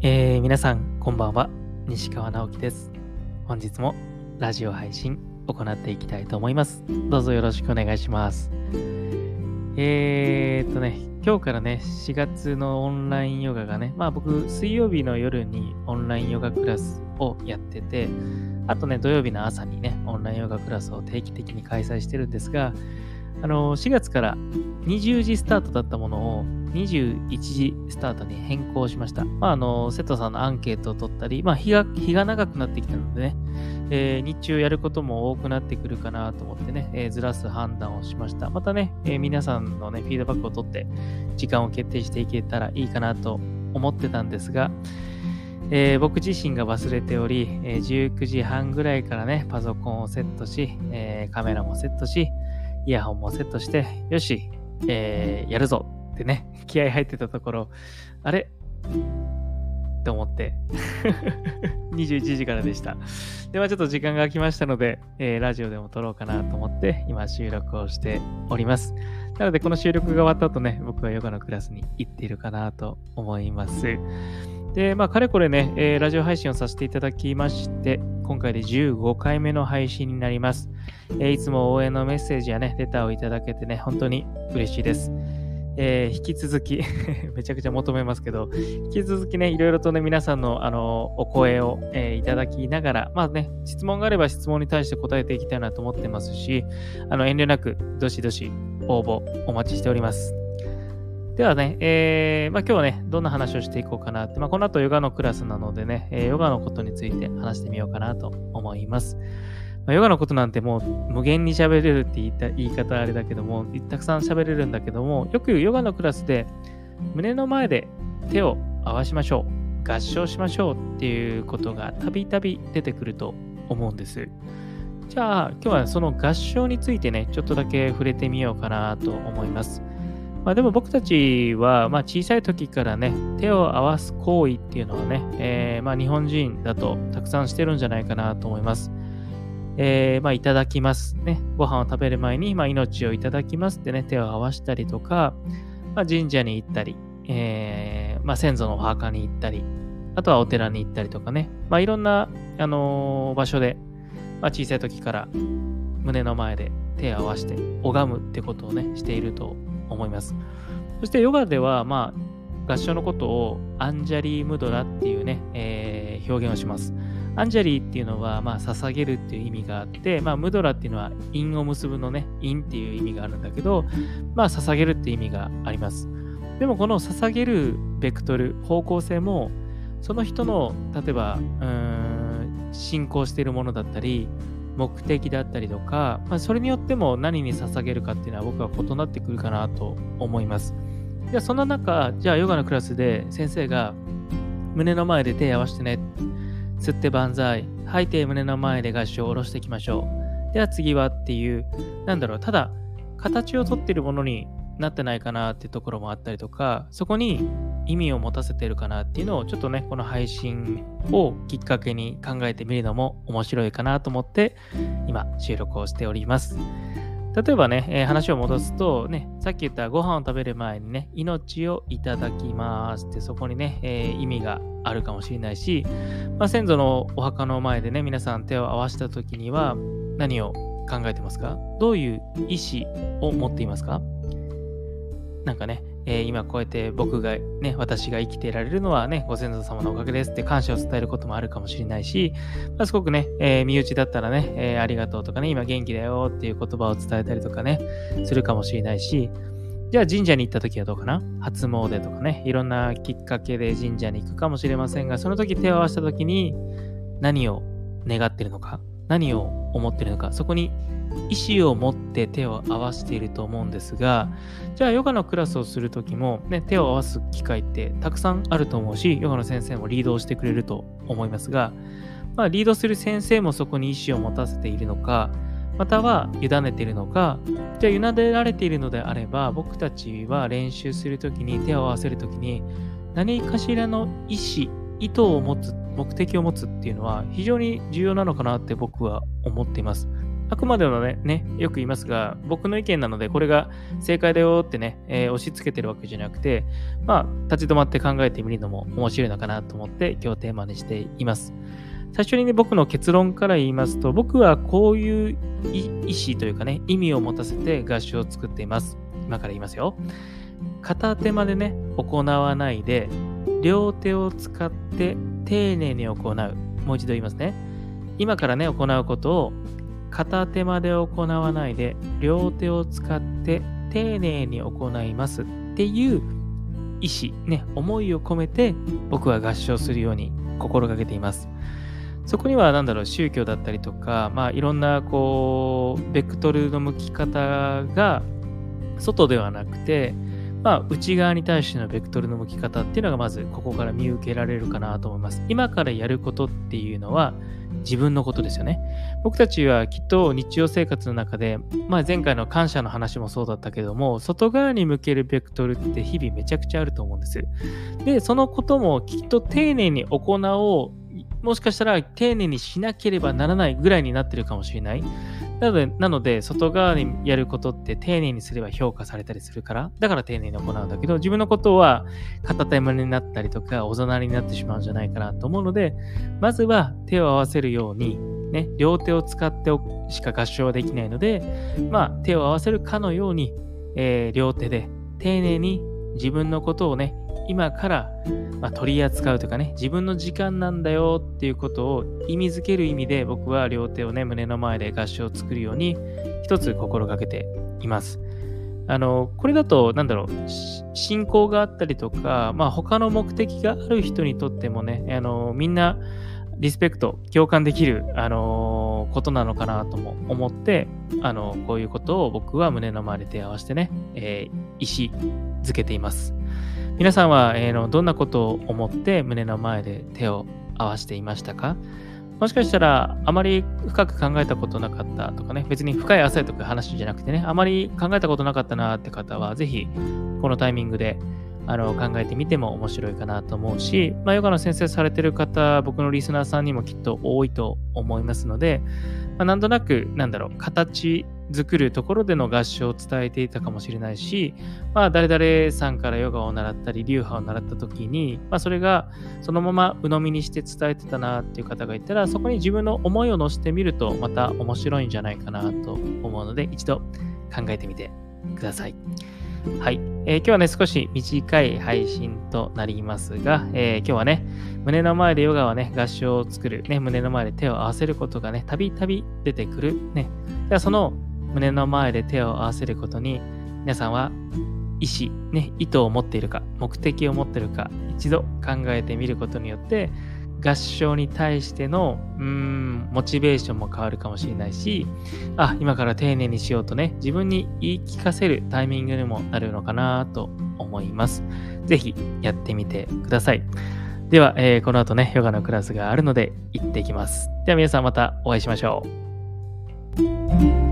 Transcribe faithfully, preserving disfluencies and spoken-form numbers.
えー、皆さんこんばんは。西川直樹です。本日もラジオ配信行っていきたいと思います。どうぞよろしくお願いします。えーっとね今日からねしがつのオンラインヨガがね、まあ僕水曜日の夜にオンラインヨガクラスをやってて、あとね土曜日の朝にねオンラインヨガクラスを定期的に開催してるんですが、あのしがつからにじゅうじスタートだったものをにじゅういちじスタートに変更しました。まあ、あの、瀬戸さんのアンケートを取ったり、まあ、日が、日が長くなってきたのでね、えー、日中やることも多くなってくるかなと思ってね、えー、ずらす判断をしました。またね、えー、皆さんのね、フィードバックを取って、時間を決定していけたらいいかなと思ってたんですが、えー、僕自身が忘れており、えー、じゅうくじはんぐらいからね、パソコンをセットし、えー、カメラもセットし、イヤホンもセットして、よし、えー、やるぞってね、気合入ってたところ、あれって思って、にじゅういちじからでした。ではちょっと時間が空きましたので、えー、ラジオでも撮ろうかなと思って、今収録をしております。なので、この収録が終わった後ね、僕はヨガのクラスに行っているかなと思います。で、まあ、かれこれね、えー、ラジオ配信をさせていただきまして、今回でじゅうごかいめの配信になります。えー、いつも応援のメッセージやね、レターをいただけてね、本当に嬉しいです。えー、引き続きめちゃくちゃ求めますけど、引き続きね、いろいろとね、皆さんの、あのお声を、えー、いただきながら、まあね、質問があれば質問に対して答えていきたいなと思ってますし、あの遠慮なく、どしどし応募お待ちしております。ではね、えーまあ、今日はね、どんな話をしていこうかなって、まあ、この後ヨガのクラスなのでね、えー、ヨガのことについて話してみようかなと思います。まあ、ヨガのことなんてもう無限に喋れるって言った言い方あれだけども、たくさん喋れるんだけども、よくヨガのクラスで胸の前で手を合わしましょう、合掌しましょうっていうことがたびたび出てくると思うんです。じゃあ今日はその合掌についてね、ちょっとだけ触れてみようかなと思います。まあ、でも僕たちは、まあ、小さい時からね、手を合わす行為っていうのはね、えーまあ、日本人だとたくさんしてるんじゃないかなと思います。えー、まあ、いただきますね。ご飯を食べる前に、まあ、命をいただきますってね、手を合わしたりとか、まあ、神社に行ったり、えー、まあ、先祖のお墓に行ったり、あとはお寺に行ったりとかね、まあ、いろんな、あのー、場所で、まあ、小さい時から胸の前で手を合わして拝むってことをね、していると思います。そしてヨガでは、まあ、合掌のことをアンジャリームドラっていうね、えー、表現をします。アンジャリーっていうのは、まあ、捧げるっていう意味があって、まあ、ムドラっていうのは因を結ぶのね、因っていう意味があるんだけど、まあ、捧げるっていう意味があります。でもこの捧げるベクトル、方向性も、その人の、例えば、うーん、信仰しているものだったり、目的だったりとか、まあ、それによっても何に捧げるかっていうのは僕は異なってくるかなと思います。じゃあそんな中、じゃあヨガのクラスで先生が胸の前で手を合わせてね、吸って万歳、吐いて胸の前で合掌を下ろしていきましょう。では次はっていう、なんだろう、ただ形をとっているものになってないかなっていうところもあったりとか、そこに意味を持たせてるかなっていうのをちょっとね、この配信をきっかけに考えてみるのも面白いかなと思って今収録をしております。例えばね、えー、話を戻すとね、さっき言ったご飯を食べる前にね、命をいただきますってそこにね、えー、意味があるかもしれないし、まあ、先祖のお墓の前でね、皆さん手を合わせた時には何を考えてますか？どういう意思を持っていますか？なんかね、えー、今こうやって僕がね、私が生きていられるのはね、ご先祖様のおかげですって感謝を伝えることもあるかもしれないし、まあ、すごくね、えー、身内だったらね、えー、ありがとうとかね、今元気だよっていう言葉を伝えたりとかね、するかもしれないし、じゃあ神社に行った時はどうかな？初詣とかね、いろんなきっかけで神社に行くかもしれませんが、その時手を合わせた時に何を願っているのか、何を思っているのか、そこに意思を持って手を合わせていると思うんですが、じゃあヨガのクラスをするときも、ね、手を合わす機会ってたくさんあると思うし、ヨガの先生もリードをしてくれると思いますが、まあ、リードする先生もそこに意思を持たせているのか、または委ねているのか、じゃあ委ねられているのであれば、僕たちは練習するときに手を合わせるときに何かしらの意思、意図を持つ、目的を持つっていうのは非常に重要なのかなって僕は思っています。 あくまでもね、ね、よく言いますが、僕の意見なので、これが正解だよってね、えー押し付けてるわけじゃなくて、まあ、立ち止まって考えてみるのも面白いのかなと思って、今日テーマにしています。最初にね、僕の結論から言いますと、僕はこういう意思というかね、意味を持たせて合唱を作っています。今から言いますよ。片手までね、行わないで、両手を使って丁寧に行う。もう一度言いますね。今からね、行うことを片手まで行わないで、両手を使って丁寧に行いますっていう意思、ね、思いを込めて僕は合唱するように心がけています。そこには何だろう、宗教だったりとか、まあいろんなこう、ベクトルの向き方が外ではなくて、まあ内側に対してのベクトルの向き方っていうのがまずここから見受けられるかなと思います。今からやることっていうのは自分のことですよね。僕たちはきっと日常生活の中で、まあ前回の感謝の話もそうだったけども、外側に向けるベクトルって日々めちゃくちゃあると思うんです。で、そのこともきっと丁寧に行おう、もしかしたら丁寧にしなければならないぐらいになってるかもしれない。なので、なので外側にやることって丁寧にすれば評価されたりするから、だから丁寧に行うんだけど、自分のことは片手間になったりとか、おざなりになってしまうんじゃないかなと思うので、まずは手を合わせるように、ね、両手を使ってしか合唱はできないので、まあ手を合わせるかのように、えー、両手で丁寧に自分のことをね、今から、まあ、取り扱うというかね、自分の時間なんだよっていうことを意味づける意味で、僕は両手をね、胸の前で合唱を作るように一つ心がけています。あの、これだと、なんだろう、信仰があったりとか、まあ他の目的がある人にとってもね、あの、みんなリスペクト、共感できる、あのことなのかなとも思って、あの、こういうことを僕は胸の前で手を合わせてね、えー、意思づけています。皆さんは、えー、のどんなことを思って胸の前で手を合わせていましたか？もしかしたらあまり深く考えたことなかったとかね、別に深い浅いとか話じゃなくてね、あまり考えたことなかったなって方は、ぜひこのタイミングであの考えてみても面白いかなと思うし、まあ、ヨガの先生されてる方、僕のリスナーさんにもきっと多いと思いますので、まあ、なんとなく、なんだろう、形作るところでの合唱を伝えていたかもしれないし、まあ、誰々さんからヨガを習ったり、流派を習った時に、まあ、それがそのまま鵜呑みにして伝えてたなっていう方がいたら、そこに自分の思いを乗せてみると、また面白いんじゃないかなと思うので、一度考えてみてください。はい、えー、今日はね、少し短い配信となりますが、えー、今日はね、胸の前でヨガはね、合唱を作る、ね、胸の前で手を合わせることがね、たびたび出てくる。ね。では、その胸の前で手を合わせることに、皆さんは意思、ね、意図を持っているか、目的を持っているか、一度考えてみることによって、合唱に対してのうーんモチベーションも変わるかもしれないし、あ、今から丁寧にしようとね、自分に言い聞かせるタイミングにもなるのかなと思います。ぜひやってみてください。では、えー、この後ね、ヨガのクラスがあるので行ってきます。では皆さんまたお会いしましょう。